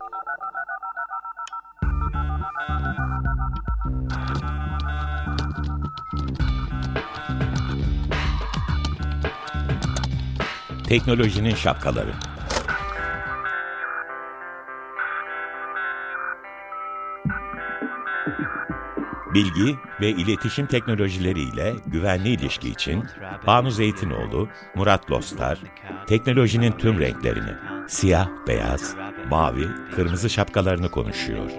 Teknolojinin şapkaları. Bilgi ve iletişim teknolojileriyle güvenli ilişki için Banu Zeytinoğlu, Murat Lostar, teknolojinin tüm renklerini, siyah, beyaz, mavi, kırmızı şapkalarını konuşuyor.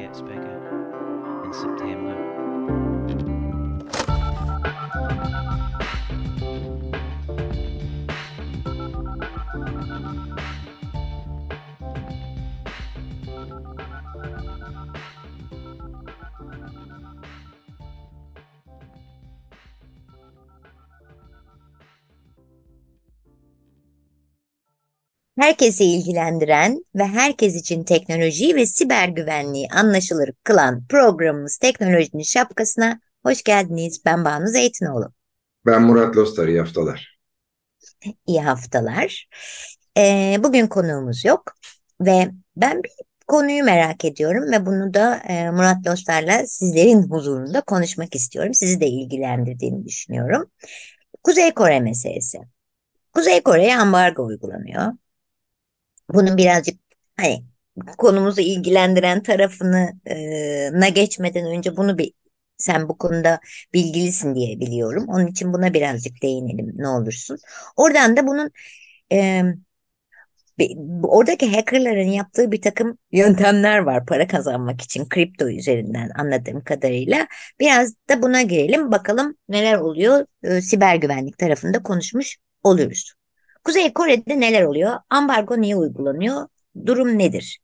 Herkesi ilgilendiren ve herkes için teknolojiyi ve siber güvenliği anlaşılır kılan programımız Teknolojinin Şapkası'na hoş geldiniz. Ben Banu Zeytinoğlu. Ben Murat Lostar, iyi haftalar. İyi haftalar. Bugün konuğumuz yok ve ben bir konuyu merak ediyorum ve bunu da Murat Lostar'la sizlerin huzurunda konuşmak istiyorum. Sizi de ilgilendirdiğini düşünüyorum. Kuzey Kore meselesi. Kuzey Kore'ye ambargo uygulanıyor. Bunun birazcık hani konumuzu ilgilendiren tarafına geçmeden önce bunu sen bu konuda bilgilisin diye biliyorum. Onun için buna birazcık değinelim ne olursun. Oradan da bunun e, oradaki hackerların yaptığı bir takım yöntemler var para kazanmak için kripto üzerinden anladığım kadarıyla. Biraz da buna girelim bakalım neler oluyor. Siber güvenlik tarafında konuşmuş oluruz. Kuzey Kore'de neler oluyor? Ambargo niye uygulanıyor? Durum nedir?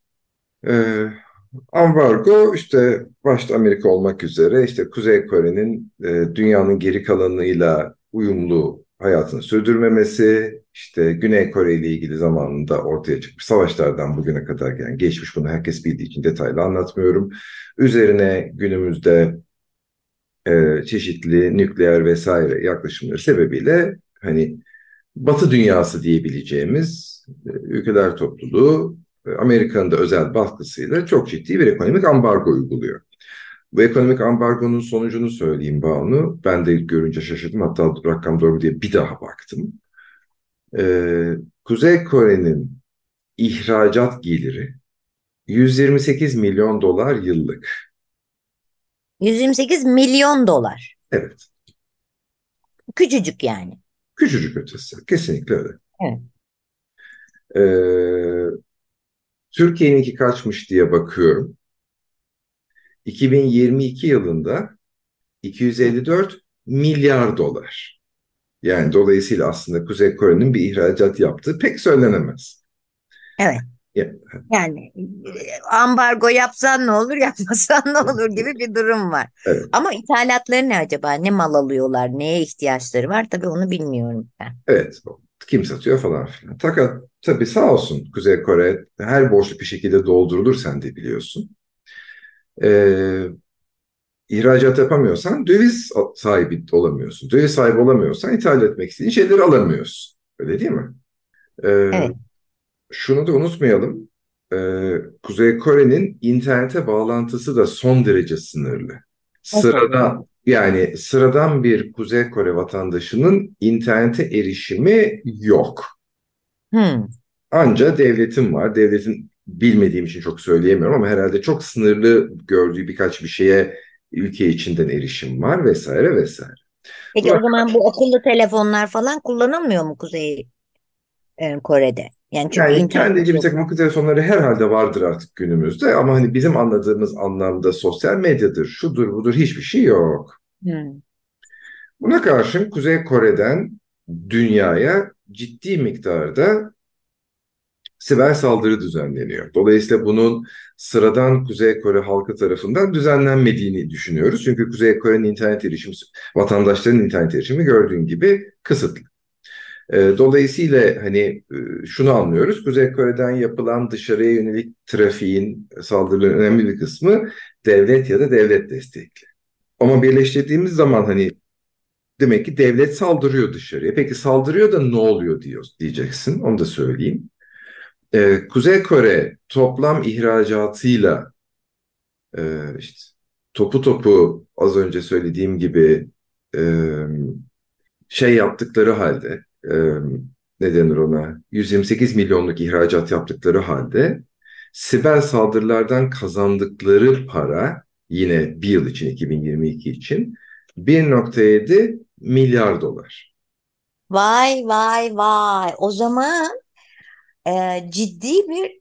Ambargo işte başta Amerika olmak üzere işte Kuzey Kore'nin dünyanın geri kalanıyla uyumlu hayatını sürdürmemesi, işte Güney Kore ile ilgili zamanında ortaya çıkmış savaşlardan bugüne kadar gelen geçmiş, bunu herkes bildiği için detaylı anlatmıyorum. Üzerine günümüzde çeşitli nükleer vesaire yaklaşımları sebebiyle hani Batı dünyası diyebileceğimiz ülkeler topluluğu Amerika'nın da özel baskısıyla çok ciddi bir ekonomik ambargo uyguluyor. Bu ekonomik ambargonun sonucunu söyleyeyim Banu. Ben de görünce şaşırdım. Hatta rakam doğru diye bir daha baktım. Kuzey Kore'nin ihracat geliri 128 milyon dolar yıllık. 128 milyon dolar. Evet. Küçücük yani. Küçücük ötesi. Kesinlikle öyle. Evet. Türkiye'ninki kaçmış diye bakıyorum. 2022 yılında 254 milyar dolar. Yani dolayısıyla aslında Kuzey Kore'nin bir ihracat yaptığı pek söylenemez. Evet. Yani ambargo yapsan ne olur, yapmasan ne olur gibi bir durum var. Evet. Ama ithalatları ne acaba? Ne mal alıyorlar? Neye ihtiyaçları var? Tabii onu bilmiyorum ben. Evet. Kim satıyor falan filan. Fakat tabii sağ olsun Kuzey Kore her boşluk bir şekilde doldurulur, sen de biliyorsun. İhracat yapamıyorsan döviz sahibi olamıyorsun. Döviz sahibi olamıyorsan ithal etmek istediğin şeyleri alamıyorsun. Öyle değil mi? Evet. Şunu da unutmayalım. Kuzey Kore'nin internete bağlantısı da son derece sınırlı. Sıradan bir Kuzey Kore vatandaşının internete erişimi yok. Anca devletin var. Devletin bilmediğim için çok söyleyemiyorum ama herhalde çok sınırlı gördüğü birkaç bir şeye ülke içinden erişim var vesaire vesaire. Peki o zaman bu akıllı telefonlar falan kullanılmıyor mu Kuzey Kore'de? Yani çünkü Yani internet kendi gibi yok. takım akıllı telefonları herhalde vardır artık günümüzde ama hani bizim anladığımız anlamda sosyal medyadır, şudur budur hiçbir şey yok. Buna karşın Kuzey Kore'den dünyaya ciddi miktarda siber saldırı düzenleniyor. Dolayısıyla bunun sıradan Kuzey Kore halkı tarafından düzenlenmediğini düşünüyoruz. Çünkü Kuzey Kore'nin internet erişimi, vatandaşların internet erişimi gördüğün gibi kısıtlı. Dolayısıyla hani şunu anlıyoruz. Kuzey Kore'den yapılan dışarıya yönelik trafiğin, saldırıların önemli bir kısmı devlet ya da devlet destekli. Ama birleştirdiğimiz zaman hani demek ki devlet saldırıyor dışarıya. Peki saldırıyor da ne oluyor diyeceksin. Onu da söyleyeyim. Kuzey Kore toplam ihracatıyla işte topu topu az önce söylediğim gibi e, şey yaptıkları halde ne denir ona 128 milyonluk ihracat yaptıkları halde siber saldırılardan kazandıkları para yine bir yıl için 2022 için 1,7 milyar dolar. Vay vay vay. O zaman ciddi bir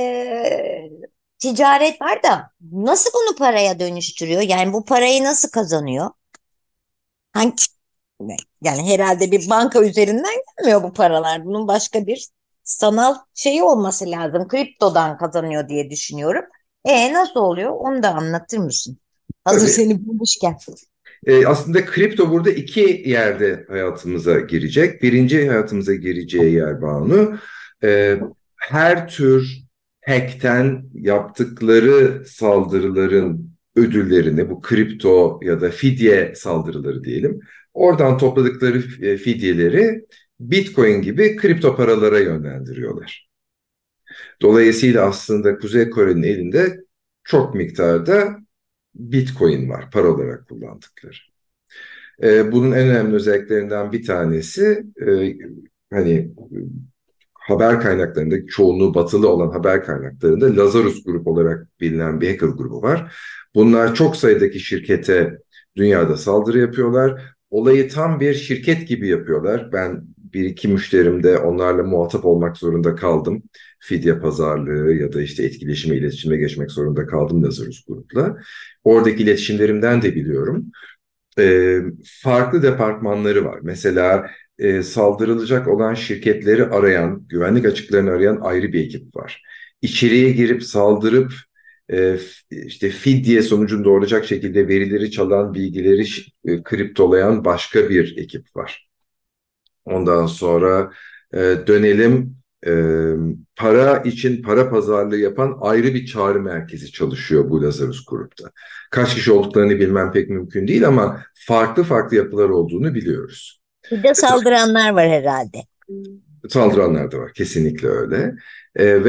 ticaret var da nasıl bunu paraya dönüştürüyor? Yani bu parayı nasıl kazanıyor? Hangi yani herhalde bir banka üzerinden gelmiyor bu paralar. Bunun başka bir sanal şeyi olması lazım. Kriptodan kazanıyor diye düşünüyorum. Nasıl oluyor? Onu da anlatır mısın? Hazır Tabii. seni bulmuşken. Aslında kripto burada iki yerde hayatımıza girecek. Birinci hayatımıza gireceği yer Banu. Her tür hackten yaptıkları saldırıların ödüllerini, bu kripto ya da fidye saldırıları diyelim, oradan topladıkları fidyeleri Bitcoin gibi kripto paralara yönlendiriyorlar. Dolayısıyla aslında Kuzey Kore'nin elinde çok miktarda Bitcoin var para olarak kullandıkları. Bunun en önemli özelliklerinden bir tanesi hani haber kaynaklarında çoğunluğu batılı olan haber kaynaklarında Lazarus Grup olarak bilinen bir hacker grubu var. Bunlar çok sayıdaki şirkete dünyada saldırı yapıyorlar. Olayı tam bir şirket gibi yapıyorlar. Ben bir iki müşterimde onlarla muhatap olmak zorunda kaldım. Fidye pazarlığı ya da işte etkileşime, iletişime geçmek zorunda kaldım Lazarus Grup'la. Oradaki iletişimlerimden de biliyorum. e, Farklı departmanları var. Mesela saldırılacak olan şirketleri arayan, güvenlik açıklarını arayan ayrı bir ekip var. İçeriye girip saldırıp işte fidye sonucunda olacak şekilde verileri çalan, bilgileri kriptolayan başka bir ekip var. Ondan sonra dönelim e, para için para pazarlığı yapan ayrı bir çağrı merkezi çalışıyor bu Lazarus Group'ta. Kaç kişi olduklarını bilmem pek mümkün değil ama farklı farklı yapılar olduğunu biliyoruz. Bir de saldıranlar var herhalde. Saldıranlar da var, kesinlikle öyle. Ve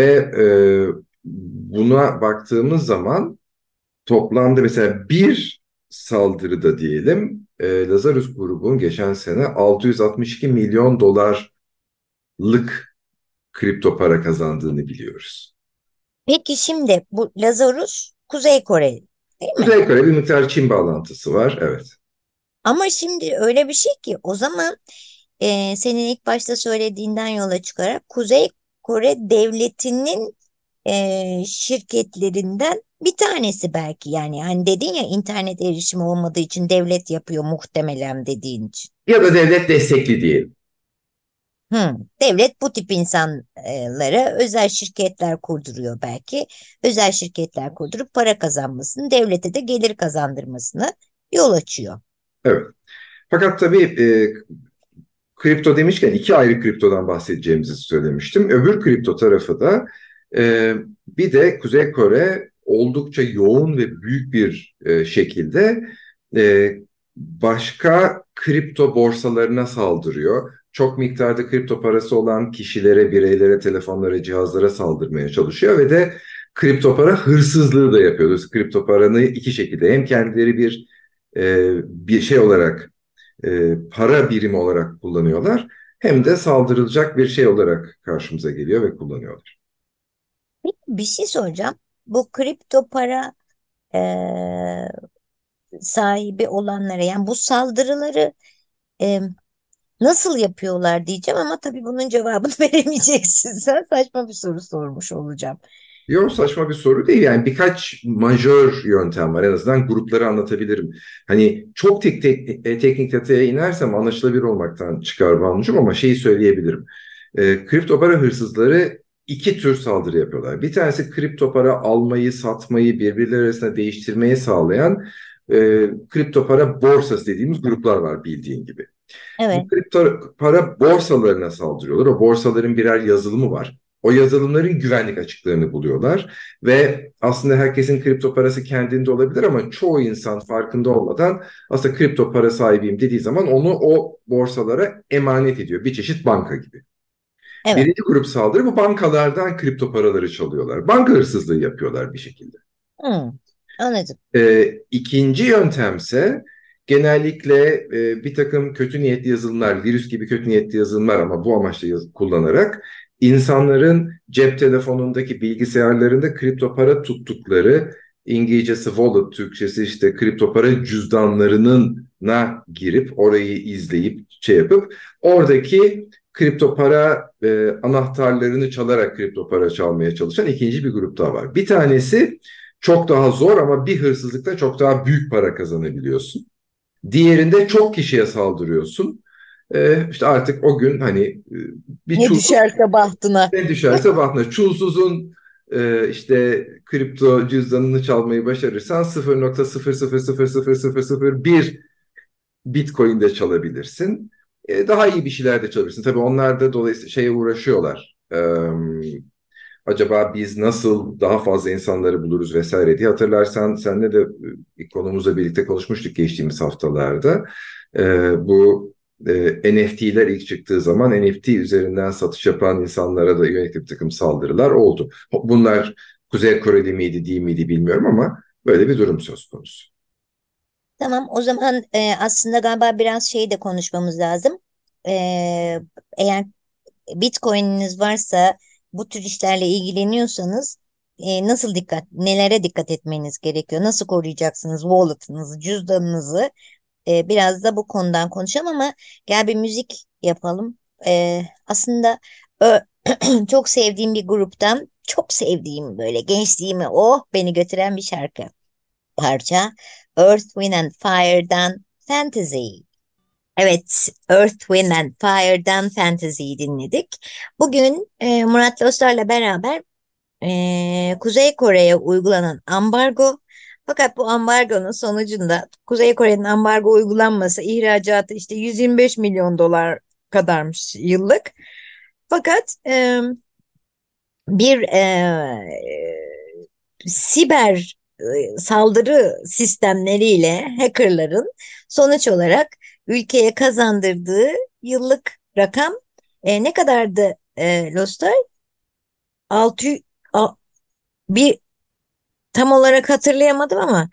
buna baktığımız zaman toplamda mesela bir saldırıda diyelim Lazarus grubun geçen sene 662 milyon dolarlık kripto para kazandığını biliyoruz. Peki şimdi bu Lazarus Kuzey Kore değil mi? Kuzey Kore bir miktar Çin bağlantısı var, evet. Ama şimdi öyle bir şey ki o zaman senin ilk başta söylediğinden yola çıkarak Kuzey Kore devletinin şirketlerinden bir tanesi belki yani hani dedin ya internet erişimi olmadığı için devlet yapıyor muhtemelen dediğin için. Ya da devlet destekli diyelim. Devlet bu tip insanlara özel şirketler kurduruyor belki. Özel şirketler kurdurup para kazanmasını, devlete de gelir kazandırmasını yol açıyor. Evet. Fakat tabii kripto demişken iki ayrı kriptodan bahsedeceğimizi söylemiştim. Öbür kripto tarafı da bir de Kuzey Kore oldukça yoğun ve büyük bir şekilde e, başka kripto borsalarına saldırıyor. Çok miktarda kripto parası olan kişilere, bireylere, telefonlara, cihazlara saldırmaya çalışıyor ve de kripto para hırsızlığı da yapıyor. Kripto paranı iki şekilde hem kendileri bir şey olarak para birimi olarak kullanıyorlar hem de saldırılacak bir şey olarak karşımıza geliyor ve kullanıyorlar. Peki bir şey soracağım. Bu kripto para e, sahibi olanlara yani bu saldırıları e, nasıl yapıyorlar diyeceğim ama tabii bunun cevabını veremeyeceksin. Sen saçma bir soru sormuş olacağım. Yok, saçma bir soru değil, yani birkaç majör yöntem var, en azından grupları anlatabilirim. Hani çok teknik detaya inersem anlaşılabilir olmaktan çıkar Banucuğum ama şeyi söyleyebilirim. Kripto para hırsızları iki tür saldırı yapıyorlar. Bir tanesi kripto para almayı, satmayı, birbirleri arasında değiştirmeyi sağlayan kripto para borsası dediğimiz gruplar var bildiğin gibi. Bu Evet. kripto para borsalarına saldırıyorlar. O borsaların birer yazılımı var. O yazılımların güvenlik açıklarını buluyorlar ve aslında herkesin kripto parası kendinde olabilir ama çoğu insan farkında olmadan aslında kripto para sahibiyim dediği zaman onu o borsalara emanet ediyor. Bir çeşit banka gibi. Evet. Birinci grup saldırı, bu bankalardan kripto paraları çalıyorlar. Banka hırsızlığı yapıyorlar bir şekilde. Anladım. İkinci yöntemse genellikle bir takım kötü niyetli yazılımlar, virüs gibi kötü niyetli yazılımlar ama bu amaçla kullanarak insanların cep telefonundaki bilgisayarlarında kripto para tuttukları, İngilizcesi wallet, Türkçesi işte kripto para cüzdanlarına girip orayı izleyip yapıp oradaki kripto para anahtarlarını çalarak kripto para çalmaya çalışan ikinci bir grup daha var. Bir tanesi çok daha zor ama bir hırsızlıkta çok daha büyük para kazanabiliyorsun. Diğerinde çok kişiye saldırıyorsun. İşte artık o gün hani bir Ne düşerse bahtına. ne düşerse bahtına. Çulsuz'un işte kripto cüzdanını çalmayı başarırsan 0,0000001 Bitcoin de çalabilirsin. Daha iyi bir şeyler de çalabilirsin. Tabii onlar da dolayısıyla şeye uğraşıyorlar. Acaba biz nasıl daha fazla insanları buluruz vesaire diye. Hatırlarsan seninle de konumuzla birlikte konuşmuştuk geçtiğimiz haftalarda. Bu NFT'ler ilk çıktığı zaman NFT üzerinden satış yapan insanlara da yönelik bir takım saldırılar oldu. Bunlar Kuzey Koreli miydi değil miydi bilmiyorum ama böyle bir durum söz konusu. Tamam, o zaman aslında galiba biraz şeyi de konuşmamız lazım. E, Eğer Bitcoin'iniz varsa, bu tür işlerle ilgileniyorsanız nelere dikkat etmeniz gerekiyor? Nasıl koruyacaksınız wallet'ınızı, cüzdanınızı? Biraz da bu konudan konuşalım ama gel bir müzik yapalım. Aslında ö- çok sevdiğim bir gruptan, çok sevdiğim böyle gençliğime beni götüren bir parça. Earth, Wind and Fire'dan Fantasy. Evet, Earth, Wind and Fire'dan Fantasy'yi dinledik. Bugün Murat Lostar'la beraber Kuzey Kore'ye uygulanan ambargo, fakat bu ambargonun sonucunda Kuzey Kore'nin ambargo uygulanmasa ihracatı işte 125 milyon dolar kadarmış yıllık. Fakat bir siber saldırı sistemleriyle hackerların sonuç olarak ülkeye kazandırdığı yıllık rakam ne kadardı, Lostay? 6 bir tam olarak hatırlayamadım ama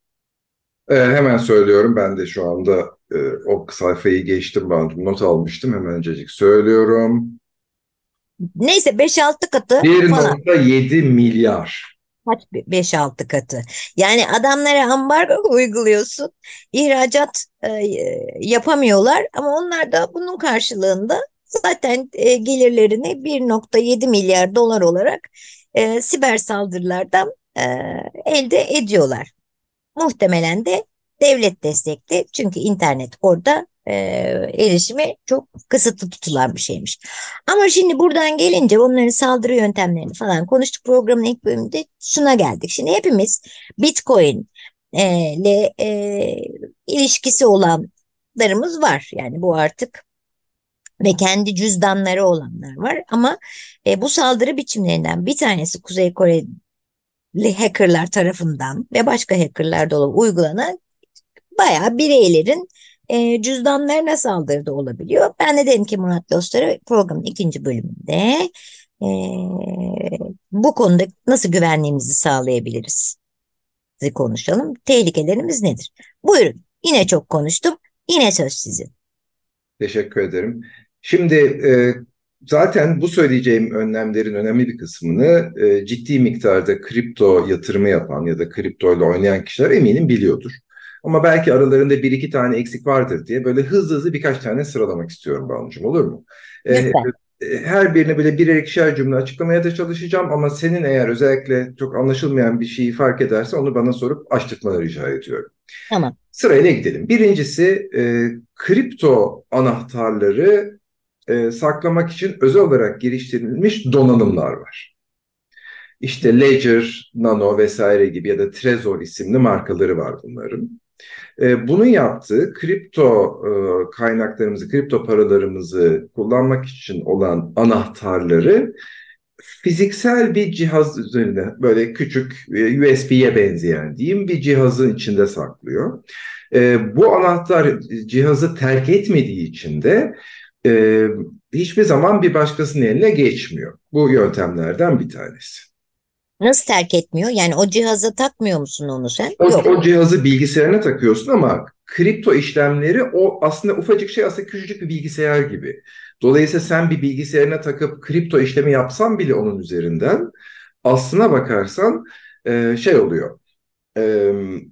Hemen söylüyorum. Ben de şu anda o sayfayı geçtim. Ben not almıştım. Hemencecik söylüyorum. neyse 5-6 katı falan. 1,7 milyar. Kaç 5-6 katı. Yani adamlara ambargo uyguluyorsun. İhracat yapamıyorlar ama onlar da bunun karşılığında zaten gelirlerini 1,7 milyar dolar olarak siber saldırılardan e, elde ediyorlar. Muhtemelen de devlet destekli, çünkü internet orada erişimi çok kısıtlı tutulan bir şeymiş. Ama şimdi buradan gelince onların saldırı yöntemlerini falan konuştuk, programın ilk bölümünde şuna geldik. Şimdi hepimiz Bitcoin ile ilişkisi olanlarımız var. Yani bu artık, ve kendi cüzdanları olanlar var. Ama bu saldırı biçimlerinden bir tanesi Kuzey Koreli hackerlar tarafından ve başka hackerlar da uygulanan bayağı bireylerin cüzdanlarına saldırı da olabiliyor. Ben de dedim ki Murat Dostlar'a, programın ikinci bölümünde e, bu konuda nasıl güvenliğimizi sağlayabiliriz konuşalım. Tehlikelerimiz nedir? Buyurun. Yine çok konuştum. Yine söz sizin. Teşekkür ederim. Şimdi zaten bu söyleyeceğim önlemlerin önemli bir kısmını ciddi miktarda kripto yatırımı yapan ya da kriptoyla oynayan kişiler eminim biliyordur. Ama belki aralarında bir iki tane eksik vardır diye böyle hızlı hızlı birkaç tane sıralamak istiyorum Banu'cum, olur mu? Lütfen. Her birine böyle birer ikişer cümle açıklamaya da çalışacağım ama senin eğer özellikle çok anlaşılmayan bir şeyi fark ederse onu bana sorup açıklamana rica ediyorum. Tamam. Sırayla gidelim. Birincisi kripto anahtarları saklamak için özel olarak geliştirilmiş donanımlar var. İşte Ledger, Nano vesaire gibi ya da Trezor isimli markaları var bunların. Bunun yaptığı kripto kaynaklarımızı, kripto paralarımızı kullanmak için olan anahtarları fiziksel bir cihaz üzerinde böyle küçük USB'ye benzeyen diyeyim bir cihazın içinde saklıyor. Bu anahtar cihazı terk etmediği için de e, hiçbir zaman bir başkasının eline geçmiyor. Bu yöntemlerden bir tanesi. Nasıl terk etmiyor? Yani o cihaza takmıyor musun onu sen? Yok. O cihazı bilgisayarına takıyorsun ama kripto işlemleri o aslında ufacık şey aslında küçücük bir bilgisayar gibi. Dolayısıyla sen bir bilgisayarına takıp kripto işlemi yapsan bile onun üzerinden aslına bakarsan şey oluyor. E,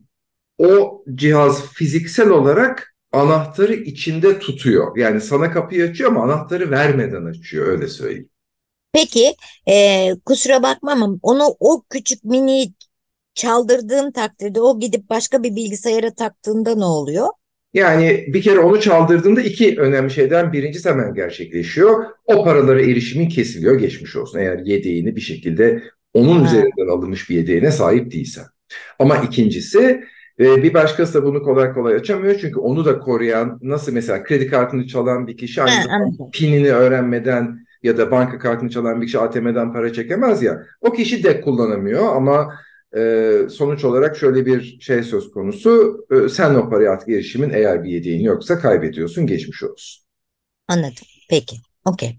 O cihaz fiziksel olarak anahtarı içinde tutuyor. Yani sana kapıyı açıyor ama anahtarı vermeden açıyor öyle söyleyeyim. Peki kusura bakma ama onu o küçük mini çaldırdığım takdirde o gidip başka bir bilgisayara taktığında ne oluyor? Yani bir kere onu çaldırdığında iki önemli şeyden birincisi hemen gerçekleşiyor. O paralara erişimin kesiliyor, geçmiş olsun. Eğer yedeğini bir şekilde onun Ha, üzerinden alınmış bir yedeğine sahip değilsen. Ama ikincisi bir başkası da bunu kolay kolay açamıyor. Çünkü onu da koruyan nasıl mesela kredi kartını çalan bir kişi aynı zamanda anladım. pinini öğrenmeden ya da banka kartını çalan bir kişi ATM'den para çekemez ya. O kişi de kullanamıyor ama sonuç olarak şöyle bir şey söz konusu. Sen o paraya artık erişimin eğer bir yediğin yoksa kaybediyorsun, geçmiş olsun. Anladım. Peki. Okey.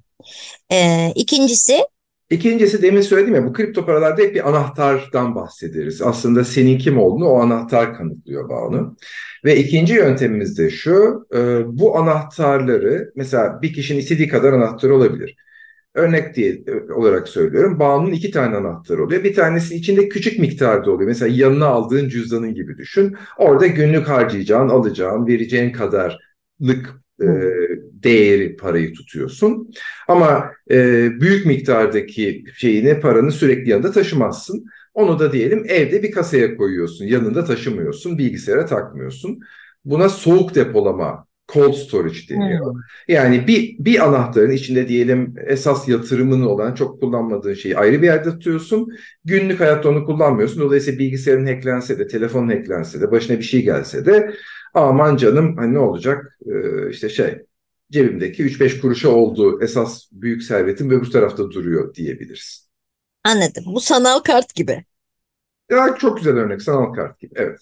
İkincisi İkincisi demin söyledim ya bu kripto paralarda hep bir anahtardan bahsederiz. Aslında senin kim olduğunu o anahtar kanıtlıyor Banu. Ve ikinci yöntemimiz de şu, bu anahtarları mesela bir kişinin istediği kadar anahtarı olabilir. Örnek diye olarak söylüyorum. Bağımlının iki tane anahtarı oluyor. Bir tanesi içinde küçük miktarda oluyor. Mesela yanına aldığın cüzdanın gibi düşün. Orada günlük harcayacağın, alacağın, vereceğin kadarlık hmm, değeri parayı tutuyorsun. Ama büyük miktardaki şeyini, paranı sürekli yanında taşımazsın. Onu da diyelim evde bir kasaya koyuyorsun. Yanında taşımıyorsun, bilgisayara takmıyorsun. Buna soğuk depolama, cold storage deniyor. hmm, Yani bir anahtarın içinde diyelim esas yatırımın olan çok kullanmadığın şeyi ayrı bir yerde tutuyorsun. Günlük hayatta onu kullanmıyorsun. Dolayısıyla bilgisayarın hacklense de, telefonun hacklense de, başına bir şey gelse de aman canım hani ne olacak işte şey cebimdeki 3-5 kuruşa olduğu esas büyük servetim öbür tarafta duruyor diyebiliriz. anladım. Bu sanal kart gibi. Ya çok güzel örnek sanal kart gibi evet.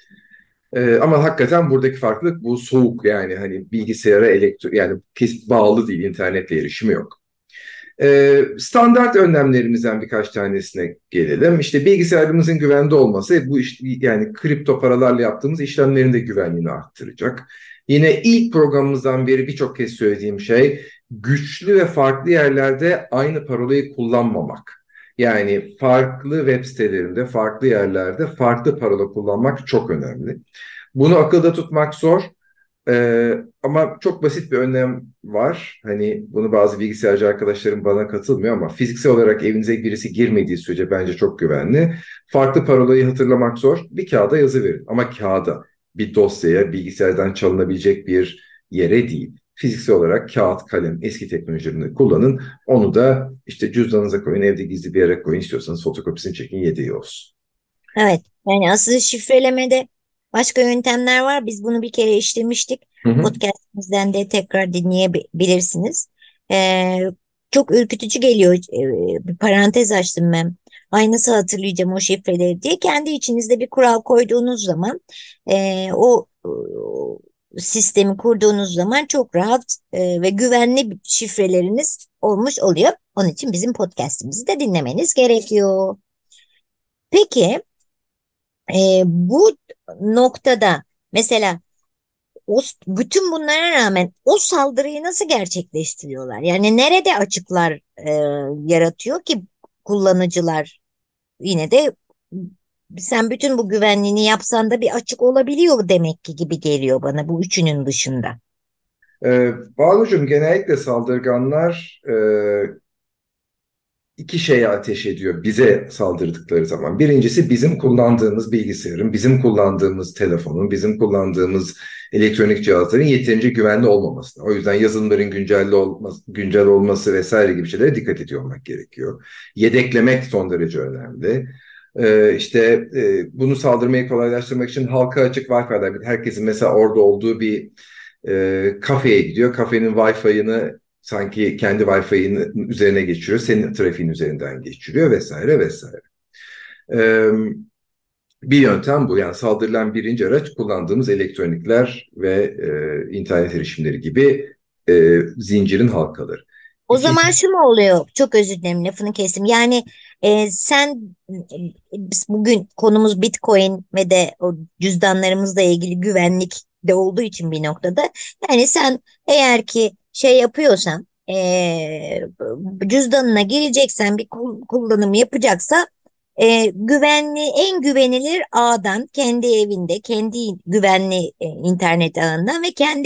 Ama hakikaten buradaki farklılık bu soğuk yani hani bilgisayara yani bağlı değil internetle erişimi yok. Standart önlemlerimizden birkaç tanesine gelelim. İşte bilgisayarımızın güvende olması bu yani kripto paralarla yaptığımız işlemlerin de güvenliğini arttıracak. Yine ilk programımızdan beri birçok kez söylediğim şey güçlü ve farklı yerlerde aynı parolayı kullanmamak. Yani farklı web sitelerinde, farklı yerlerde farklı parola kullanmak çok önemli. Bunu akılda tutmak zor. Ama çok basit bir önlem var. Hani bunu bazı bilgisayarcı arkadaşlarım bana katılmıyor ama fiziksel olarak evinize birisi girmediği sürece bence çok güvenli. Farklı parolayı hatırlamak zor. Bir kağıda yazı verin ama kağıda bir dosyaya bilgisayardan çalınabilecek bir yere değil. Fiziksel olarak kağıt, kalem, eski teknolojilerini kullanın. Onu da işte cüzdanınıza koyun, evde gizli bir yere koyun. İstiyorsanız fotokopisini çekin, yedeği olsun. Evet. Yani aslında şifrelemede başka yöntemler var. Biz bunu bir kere işlemiştik. Hı hı. Podcast'imizden de tekrar dinleyebilirsiniz. Ee, Çok ürkütücü geliyor. Bir parantez açtım ben. Ay nasıl hatırlayacağım o şifreleri diye. Kendi içinizde bir kural koyduğunuz zaman o sistemi kurduğunuz zaman çok rahat ve güvenli şifreleriniz olmuş oluyor. Onun için bizim podcast'imizi de dinlemeniz gerekiyor. Peki. Bu noktada mesela bütün bunlara rağmen o saldırıyı nasıl gerçekleştiriyorlar? Yani nerede açıklar yaratıyor ki kullanıcılar yine de sen bütün bu güvenliğini yapsan da bir açık olabiliyor demek ki gibi geliyor bana bu üçünün dışında. Banucuğum genellikle saldırganlar iki şeye ateş ediyor bize saldırdıkları zaman. Birincisi bizim kullandığımız bilgisayarın, bizim kullandığımız telefonun, bizim kullandığımız elektronik cihazların yeterince güvenli olmamasına. O yüzden yazılımların güncel olması vesaire gibi şeylere dikkat ediyor olmak gerekiyor. Yedeklemek son derece önemli. Bunu saldırmayı kolaylaştırmak için halka açık Wi-Fi'ler, herkesin mesela orada olduğu bir kafeye gidiyor. Kafenin Wi-Fi'ını sanki kendi Wi-Fi'nin üzerine geçiriyor. Senin trafiğin üzerinden geçiriyor vesaire vesaire. Ee, Bir yöntem bu. Yani saldırılan birinci araç kullandığımız elektronikler ve internet erişimleri gibi zincirin halkaları. O İkinci, zaman şu mu oluyor? Çok özür dilerim, lafını kestim. Yani sen biz bugün konumuz Bitcoin ve de o cüzdanlarımızla ilgili güvenlik de olduğu için bir noktada. Yani sen eğer ki şey yapıyorsan cüzdanına gireceksen bir kullanım yapacaksa güvenli en güvenilir ağdan kendi evinde kendi güvenli internet ağından ve kendi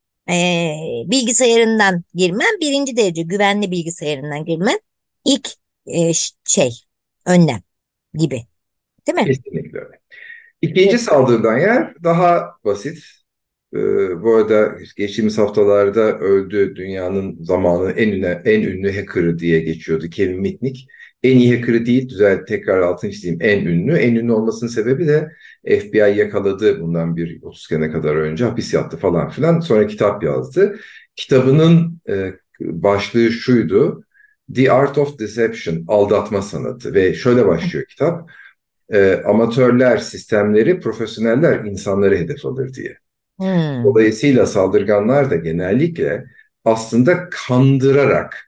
bilgisayarından girmen, birinci derece güvenli bilgisayarından girmen ilk şey önlem gibi, değil mi? kesinlikle öyle. İkinci Evet. saldırıdan yer daha basit. Ee, Bu arada geçtiğimiz haftalarda öldü, dünyanın zamanı en ünlü hacker'ı diye geçiyordu Kevin Mitnick. En iyi hacker'ı değil, tekrar altını çizeyim, en ünlü. En ünlü olmasının sebebi de FBI yakaladı bundan bir 30 sene kadar önce, hapis yattı falan filan. Sonra kitap yazdı. Kitabının başlığı şuydu: The Art of Deception, aldatma sanatı. Ve şöyle başlıyor kitap: amatörler sistemleri, profesyoneller insanları hedef alır diye. Hmm. Dolayısıyla saldırganlar da genellikle aslında kandırarak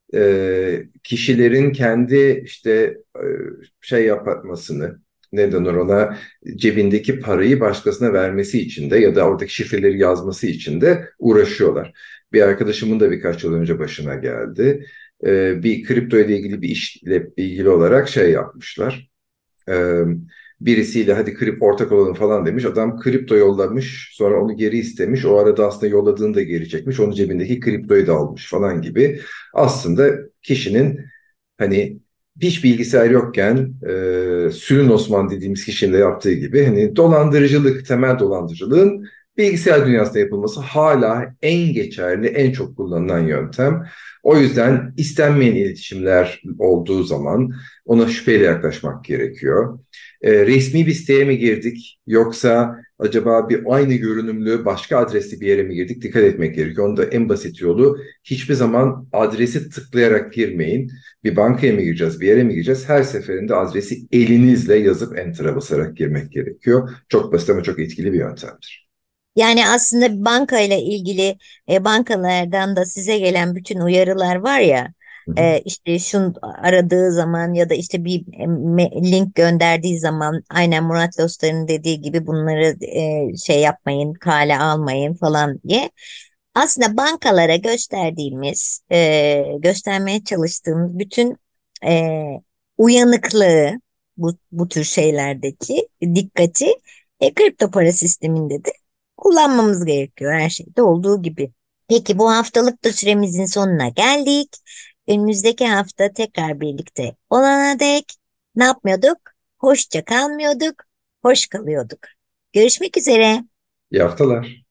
kişilerin kendi işte şey yapmasını, ne denir ona, cebindeki parayı başkasına vermesi için de ya da oradaki şifreleri yazması için de uğraşıyorlar. Bir arkadaşımın da birkaç yıl önce başına geldi. Bir kripto ile ilgili bir işle ilgili olarak şey yapmışlar. Ee, Birisiyle hadi ortak olalım falan demiş. Adam kripto yollamış. Sonra onu geri istemiş. O arada aslında yolladığını da geri çekmiş. Onun cebindeki kriptoyu da almış falan gibi. Aslında kişinin hani hiç bilgisayar yokken Sülün Osman dediğimiz kişinin de yaptığı gibi hani dolandırıcılık, temel dolandırıcılığın bilgisayar dünyasında yapılması hala en geçerli, en çok kullanılan yöntem. O yüzden istenmeyen iletişimler olduğu zaman ona şüpheyle yaklaşmak gerekiyor. Resmi bir siteye mi girdik, yoksa acaba bir aynı görünümlü başka adresli bir yere mi girdik, dikkat etmek gerekiyor. Onun da en basit yolu, hiçbir zaman adresi tıklayarak girmeyin. Bir bankaya mı gireceğiz, bir yere mi gireceğiz? Her seferinde adresi elinizle yazıp enter'a basarak girmek gerekiyor. Çok basit ama çok etkili bir yöntemdir. Yani aslında banka ile ilgili bankalardan da size gelen bütün uyarılar var ya, Hı hı. işte şunu aradığı zaman ya da işte bir link gönderdiği zaman aynen Murat Dostlar'ın dediği gibi bunları şey yapmayın, kale almayın falan diye. Aslında bankalara gösterdiğimiz, göstermeye çalıştığımız bütün e, uyanıklığı bu tür şeylerdeki dikkati kripto para sisteminde de kullanmamız gerekiyor her şeyde olduğu gibi. Peki bu haftalık da süremizin sonuna geldik. Önümüzdeki hafta tekrar birlikte olana dek ne yapmıyorduk? Hoşça kalmıyorduk, hoş kalıyorduk. Görüşmek üzere. İyi haftalar.